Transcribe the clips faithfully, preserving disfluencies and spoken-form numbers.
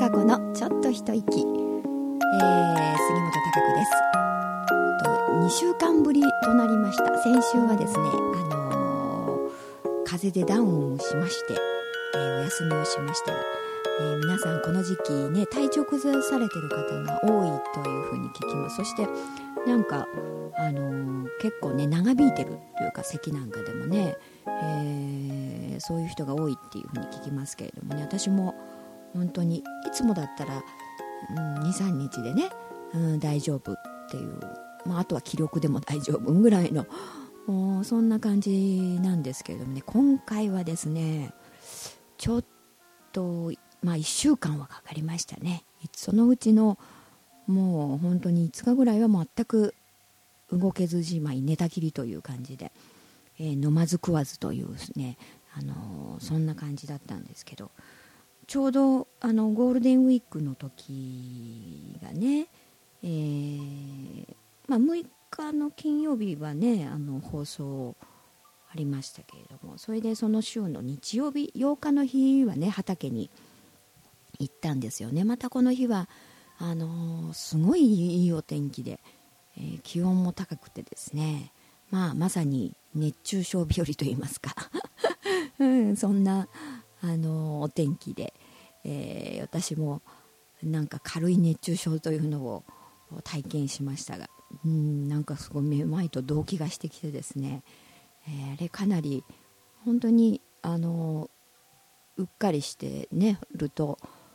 孝子のちょっと一息、えー、杉本孝子です。とにしゅうかんぶりとなりました。先週はですね、あのー、風邪でダウンをしまして、えー、お休みをしましたが、えー、皆さんこの時期ね、体調崩されてる方が多いというふうに聞きます。そしてなんか、あのー、結構ね長引いてるというか、咳なんかでもね、えー、そういう人が多いっていうふうに聞きますけれどもね、私も本当にいつもだったら、うん、にさんにちでね、うん、大丈夫っていう、まあ、あとは気力でも大丈夫ぐらいのそんな感じなんですけれどもね、今回はですねちょっと、まあ、いっしゅうかんはかかりましたね。そのうちのもう本当にいつかぐらいは全く動けずじまい、寝たきりという感じで、えー、飲まず食わずというですね、あのー、そんな感じだったんですけど、ちょうどあのゴールデンウィークの時がね、えーまあ、むいかの金曜日はね、あの放送ありましたけれども、それでその週の日曜日ようかの日はね、畑に行ったんですよね。またこの日はあのー、すごいいいお天気で、えー、気温も高くてですね、まあ、まさに熱中症日和といいますか、うん、そんなあのお天気で、えー、私もなんか軽い熱中症というのを体験しましたが、うん、なんかすごいめまいと動悸がしてきてですね、えー、あれかなり本当にあのうっかりしてねると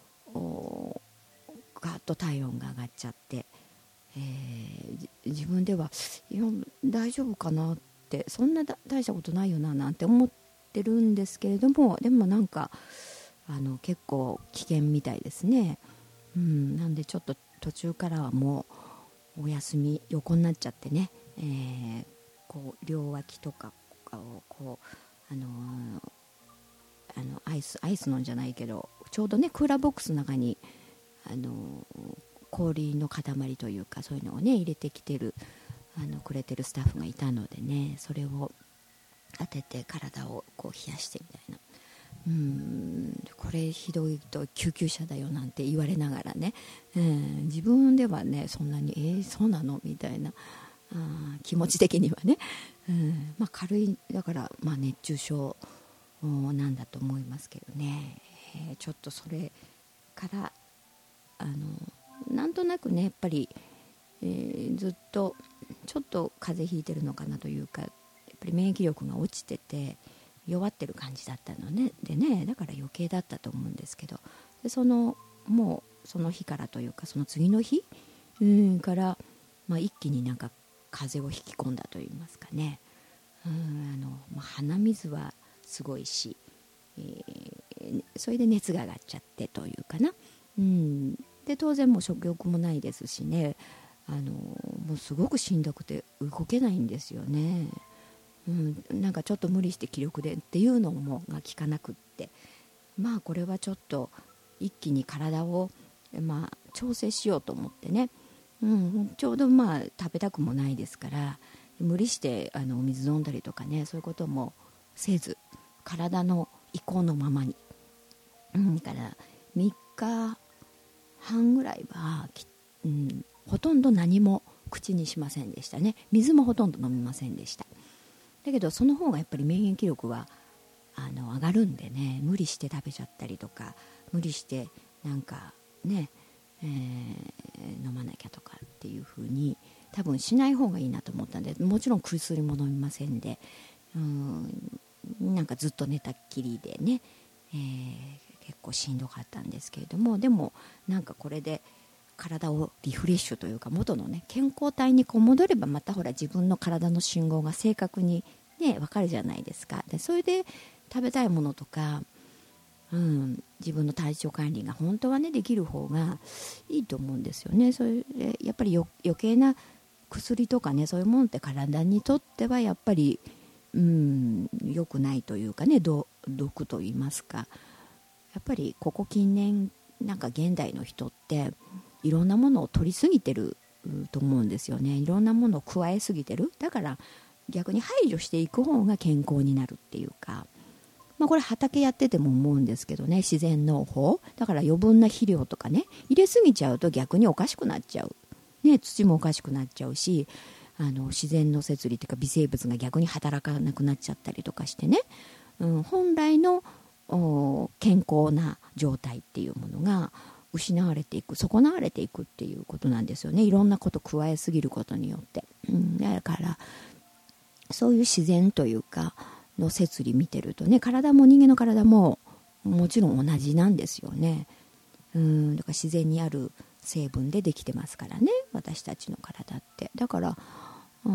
ガーッと体温が上がっちゃって、えー、自分ではいや大丈夫かなって、そんな大したことないよななんて思っててるんですけれども、でもなんかあの結構危険みたいですね、うん、なんでちょっと途中からはもうお休み横になっちゃってね、えー、こう両脇とかをこうあのー、あのアイスアイスのんじゃないけど、ちょうどねクーラーボックスの中にあのー、氷の塊というかそういうのをね入れてきてるあのくれてるスタッフがいたのでね、それを当てて体をこう冷やしてみたいな、うーんこれひどいと救急車だよなんて言われながらね、うん、自分ではねそんなにえー、そうなのみたいな、あ気持ち的にはね、うんまあ、軽いだから、まあ、熱中症なんだと思いますけどね、えー、ちょっとそれからあのなんとなくねやっぱり、えー、ずっとちょっと風邪ひいてるのかなというか、やっぱり免疫力が落ちてて弱ってる感じだったのねでね、だから余計だったと思うんですけど、でそのもうその日からというかその次の日、うん、から、まあ、一気になんか風邪を引き込んだといいますかね、うんあの、まあ、鼻水はすごいし、えー、それで熱が上がっちゃってというかな、うん、で当然もう食欲もないですしね、あのもうすごくしんどくて動けないんですよね。うん、なんかちょっと無理して気力でっていうのもが効かなくって、まあこれはちょっと一気に体を、まあ、調整しようと思ってね、うん、ちょうどまあ食べたくもないですから無理してあのお水飲んだりとかね、そういうこともせず体の意向のままに、うん、からみっかはんぐらいは、うん、ほとんど何も口にしませんでしたね。水もほとんど飲みませんでした。だけどその方がやっぱり免疫力はあの上がるんでね、無理して食べちゃったりとか無理してなんかね、えー、飲まなきゃとかっていう風に多分しない方がいいなと思ったんで、もちろん薬も飲みませんで、うんなんかずっと寝たっきりでね、えー、結構しんどかったんですけれども、でもなんかこれで体をリフレッシュというか元のね健康体にこう戻れば、またほら自分の体の信号が正確にね分かるじゃないですか。でそれで食べたいものとか、うん、自分の体調管理が本当はねできる方がいいと思うんですよね。それでやっぱりよ余計な薬とかねそういうものって体にとってはやっぱりうん良くないというかね、毒と言いますか、やっぱりここ近年なんか現代の人っていろんなものを取りすぎてると思うんですよね。いろんなものを加えすぎてる。だから逆に排除していく方が健康になるっていうか、 まあ、これ畑やってても思うんですけどね、自然農法だから余分な肥料とかね入れすぎちゃうと逆におかしくなっちゃう、ね、土もおかしくなっちゃうし、あの自然の摂理というか微生物が逆に働かなくなっちゃったりとかしてね、うん、本来の健康な状態っていうものが失われていく、損なわれていくっていうことなんですよね。いろんなこと加えすぎることによって、うん、だからそういう自然というかの摂理見てるとね、体も人間の体ももちろん同じなんですよね。うん、だから自然にある成分でできてますからね、私たちの体って。だからうん、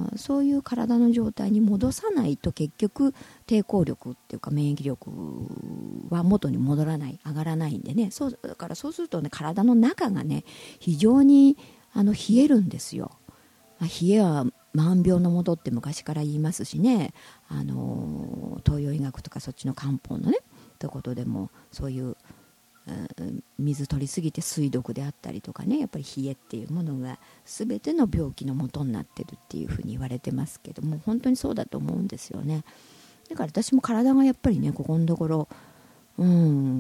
そういう体の状態に戻さないと結局抵抗力っていうか免疫力は元に戻らない、上がらないんでね。そうだからそうするとね、体の中がね非常にあの冷えるんですよ。冷えは万病のもとって昔から言いますしね、あの東洋医学とかそっちの漢方のねということでもそういう水取りすぎて水毒であったりとかね、やっぱり冷えっていうものが全ての病気の元になってるっていうふうに言われてますけども、本当にそうだと思うんですよね。だから私も体がやっぱりねここのところ、うん、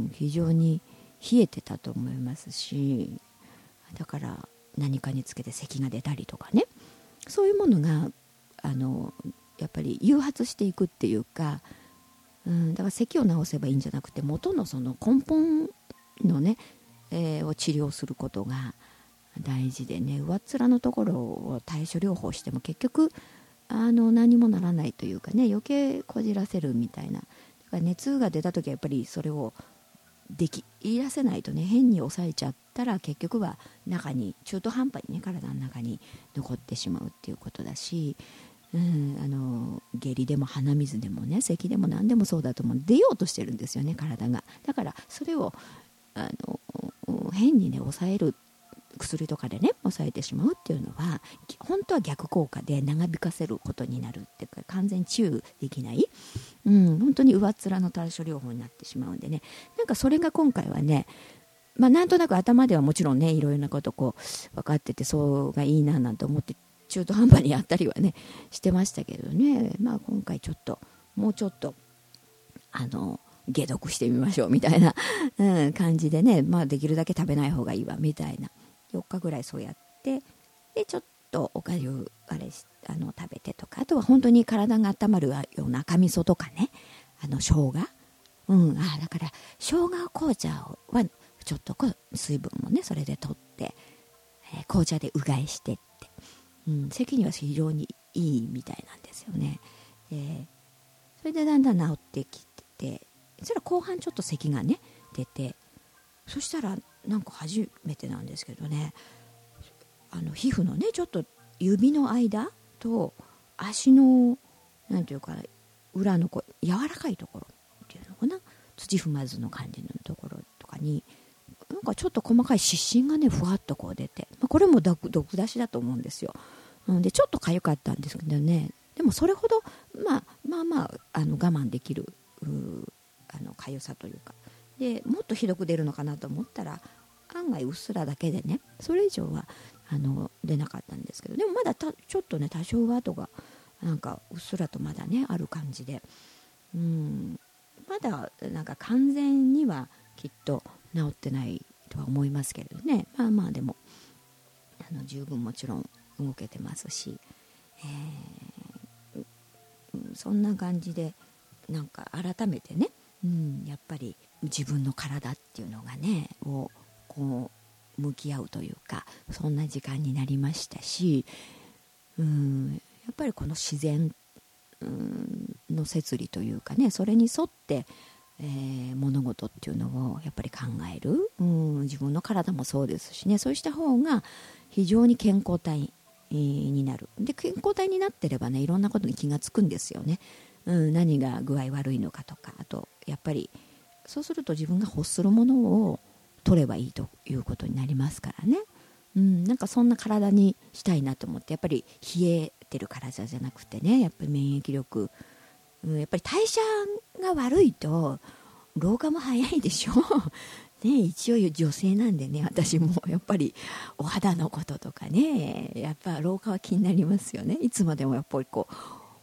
非常に冷えてたと思いますし、だから何かにつけて咳が出たりとかね、そういうものがあのやっぱり誘発していくっていうか、うん、だから咳を治せばいいんじゃなくて元のその根本のね、えー、を治療することが大事でね、上っ面のところを対処療法しても結局あの何もならないというかね、余計こじらせるみたいな。だから熱が出た時はやっぱりそれをでき言い出せないとね、変に抑えちゃったら結局は中に中途半端にね体の中に残ってしまうっていうことだし、うん、あの下痢でも鼻水でもね咳でも何でもそうだと思う、出ようとしてるんですよね体が。だからそれをあの変にね抑える薬とかでね抑えてしまうっていうのは本当は逆効果で長引かせることになるっていうか、完全に治癒できない、うん、本当に上っ面の対処療法になってしまうんでね、なんかそれが今回はね、まあ、なんとなく頭ではもちろんねいろいろなことこう分かっててそうがいいななんて思って中途半端にやったりはねしてましたけどね、まあ、今回ちょっともうちょっとあの解毒してみましょうみたいな、うん、感じでね、まあ、できるだけ食べない方がいいわみたいなよっかぐらいそうやって、でちょっとおかゆあれあの食べてとか、あとは本当に体が温まるような赤味噌とかね、あの生姜、うん、あだから生姜紅茶はちょっとこう水分もねそれで取って、えー、紅茶でうがいしてって、うん、咳には非常にいいみたいなんですよね。えー、それでだんだん治ってきて、それは後半ちょっと咳がね出て、そしたらなんか初めてなんですけどね、あの皮膚のねちょっと指の間と足のなんていうか裏のこう柔らかいところっていうのかな、土踏まずの感じのところとかになんかちょっと細かい湿疹がねふわっとこう出て、まあ、これも毒出しだと思うんですよ。でちょっと痒かったんですけどね、でもそれほど、まあ、まあまああの我慢できるあの痒さというかで、もっとひどく出るのかなと思ったら案外うっすらだけでね、それ以上はあの出なかったんですけど、でもまだたちょっとね多少は跡がなんかうっすらとまだねある感じで、うんまだなんか完全にはきっと治ってないとは思いますけれどね、まあまあでもあの十分もちろん動けてますし、えー、そんな感じでなんか改めてね、うん、やっぱり自分の体っていうのがねをこう向き合うというか、そんな時間になりましたし、うんやっぱりこの自然の摂理というかね、それに沿って、えー、物事っていうのをやっぱり考える、うん、自分の体もそうですしね、そうした方が非常に健康体になる。で健康体になってればねいろんなことに気がつくんですよね、うん、何が具合悪いのかとか、あとやっぱりそうすると自分が欲するものを取ればいいということになりますからね、うん、なんかそんな体にしたいなと思って、やっぱり冷えてる体じゃなくてね、やっぱり免疫力、うん、やっぱり代謝が悪いと老化も早いでしょね、一応女性なんでね、私もやっぱりお肌のこととかね、やっぱ老化は気になりますよね。いつまでもやっぱりこう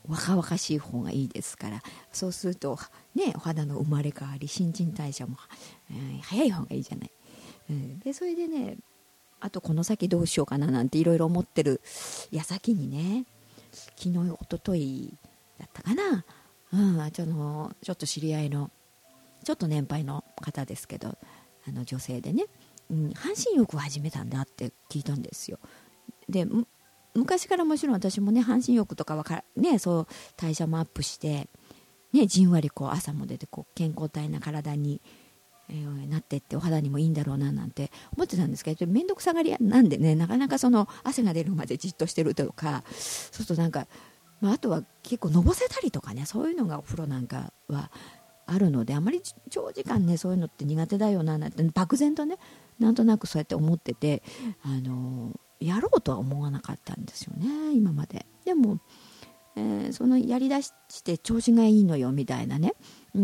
若々しい方がいいですから、そうするとね、お肌の生まれ変わり、新陳代謝も、えー、早い方がいいじゃない、うん、でそれでね、あとこの先どうしようかななんていろいろ思ってる矢先にね、昨日一昨日だったかな、うん、ちょっとちょっと知り合いのちょっと年配の方ですけど、あの女性でね、うん、半身浴を始めたんだって聞いたんですよ。で昔からもちろん私もね、半身浴とかはか、ね、そう代謝もアップして、ね、じんわりこう朝も出てこう健康体な体に、えー、なってってお肌にもいいんだろうななんて思ってたんですけど、面倒くさがり屋なんでね、なかなかその汗が出るまでじっとしてるとか、そうするとなんか、まあ、あとは結構のぼせたりとかね、そういうのがお風呂なんかはあるので、あまり長時間ねそういうのって苦手だよななんて漠然とね、なんとなくそうやって思ってて、あのーやろうとは思わなかったんですよね、今まで。でも、えー、そのやりだして調子がいいのよみたいなね、うん、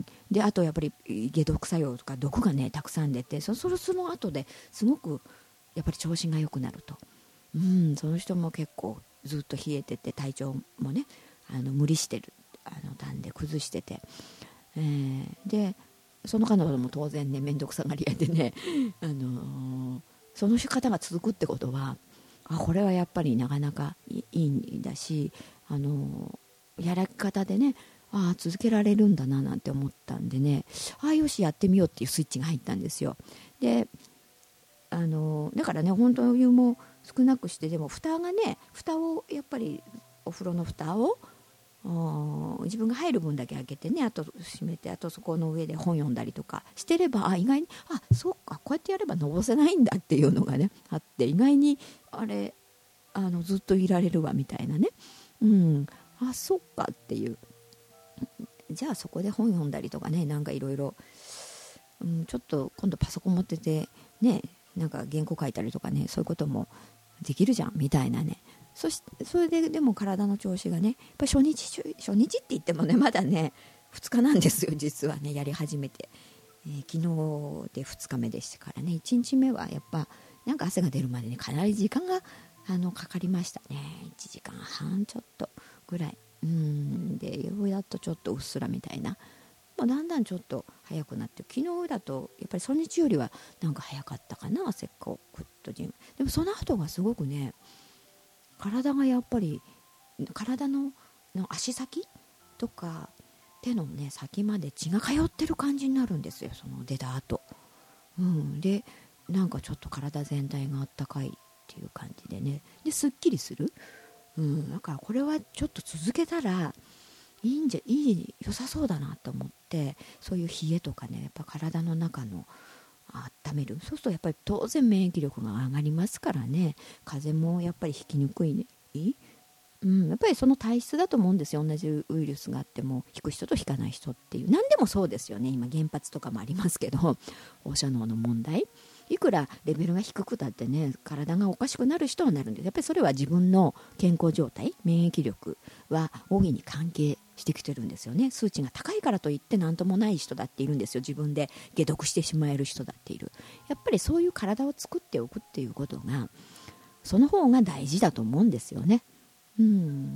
であとやっぱり解毒作用とか毒がねたくさん出て、そそその後ですごくやっぱり調子が良くなると、うん、その人も結構ずっと冷えてて、体調もねあの無理してる、あのたんで崩してて、えー、でその彼女も当然ね面倒くさがり屋でね、あのーその方が続くってことは、あこれはやっぱりなかなかいいんだし、あのやら方でね、あ続けられるんだななんて思ったんでね、あよしやってみようっていうスイッチが入ったんですよ。であのだからね、本当お湯も少なくして、でも蓋がね、蓋をやっぱりお風呂の蓋を自分が入る分だけ開けてね、あと閉めて、あとそこの上で本読んだりとかしてれば、あ意外にあそうか、こうやってやればのぼせないんだっていうのがねあって、意外にあれあのずっといられるわみたいなね、うん、あそっかっていう、じゃあそこで本読んだりとかね、なんかいろいろちょっと今度パソコン持っててね、なんか原稿書いたりとかね、そういうこともできるじゃんみたいなね。そしてそれででも体の調子がね、やっぱ初日初日って言ってもねまだねふつかなんですよ、実はね、やり始めて、えー、昨日でふつかめでしたからね、いちにちめはやっぱなんか汗が出るまでに、ね、かなり時間があのかかりましたね。いちじかんはんちょっとぐらい、うんでようやっとちょっとうっすらみたいな、もうだんだんちょっと早くなって、昨日だとやっぱり初日よりはなんか早かったかな、汗っこうグッとジム。でもその後がすごくね、体がやっぱり体の足先とか手のね先まで血が通ってる感じになるんですよ、その出た後、うん、でなんかちょっと体全体があったかいっていう感じでね、ですっきりする、うん、だからこれはちょっと続けたらいいんじゃいい良さそうだなと思って、そういう冷えとかねやっぱ体の中の温める、そうするとやっぱり当然免疫力が上がりますからね、風邪もやっぱり引きにくい、ねうん、やっぱりその体質だと思うんですよ。同じウイルスがあっても引く人と引かない人っていう、何でもそうですよね。今原発とかもありますけど、放射能の問題、いくらレベルが低くたってね体がおかしくなる人はなるんで、やっぱりそれは自分の健康状態、免疫力は大いに関係してきてるんですよね。数値が高いからといって何ともない人だっているんですよ。自分で解毒してしまえる人だっている。やっぱりそういう体を作っておくっていうことがその方が大事だと思うんですよね。うん、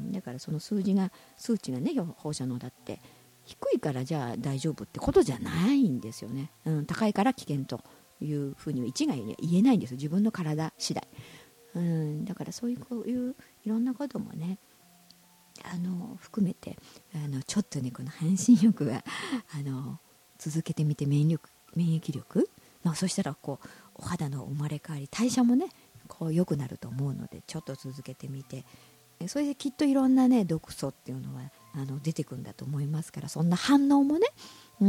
だからその数字が数値がね放射能だって低いからじゃあ大丈夫ってことじゃないんですよね、うん、高いから危険というふうには一概には言えないんですよ、自分の体次第、うん、だからそういうこういういろんなこともねあの含めてあのちょっとねこの半身浴があの続けてみて免疫力、免疫力、まあ、そしたらこうお肌の生まれ変わり代謝もねこう良くなると思うので、ちょっと続けてみて、それできっといろんなね毒素っていうのはあの出てくるんだと思いますから、そんな反応もね、うん、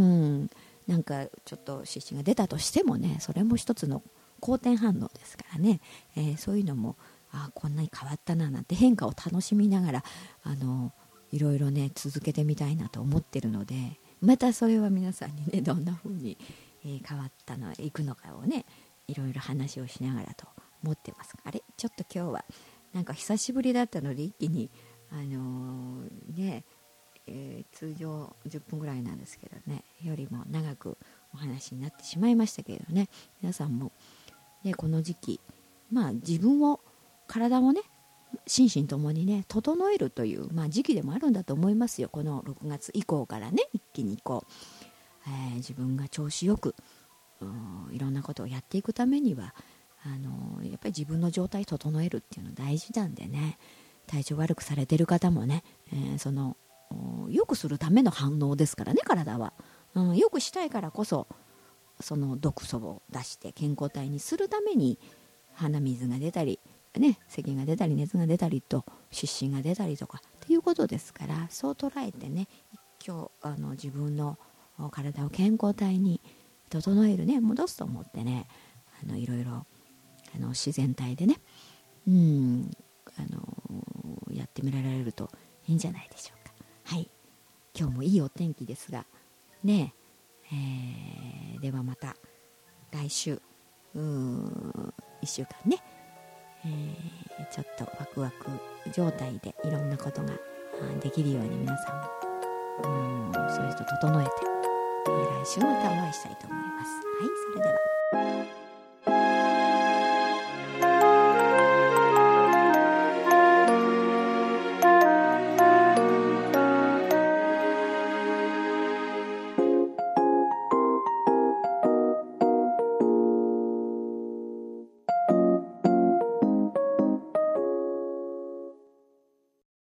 なんかちょっと湿疹が出たとしてもね、それも一つの好転反応ですからね、えー、そういうのもあこんなに変わったななんて変化を楽しみながらあのいろいろね続けてみたいなと思ってるので、またそれは皆さんにねどんな風に、えー、変わったのいくのかをねいろいろ話をしながらと思ってます。あれちょっと今日はなんか久しぶりだったので一気にあのー、ね、えー、通常じゅっぷんぐらいなんですけどねよりも長くお話になってしまいましたけれどね、皆さんも、ね、この時期まあ自分を体をね心身ともにね整えるという、まあ、時期でもあるんだと思いますよ。このろくがつ以降からね一気にこう、えー、自分が調子よくいろんなことをやっていくためにはあのやっぱり自分の状態整えるっていうの大事なんでね、体調悪くされてる方もね、えー、そのよくするための反応ですからね体は、うん、よくしたいからこそその毒素を出して健康体にするために鼻水が出たりね、咳が出たり熱が出たりと湿疹が出たりとかっていうことですから、そう捉えてね一挙あの自分の体を健康体に整えるね戻すと思ってね、あのいろいろあの自然体でね、うんあのやってみられるといいんじゃないでしょうか。はい、今日もいいお天気ですがね、えー、ではまた来週うーんいっしゅうかんね、えー、ちょっとワクワク状態でいろんなことができるように皆さんもうんそれと整えて、えー、来週またお会いしたいと思います。はい、それでは。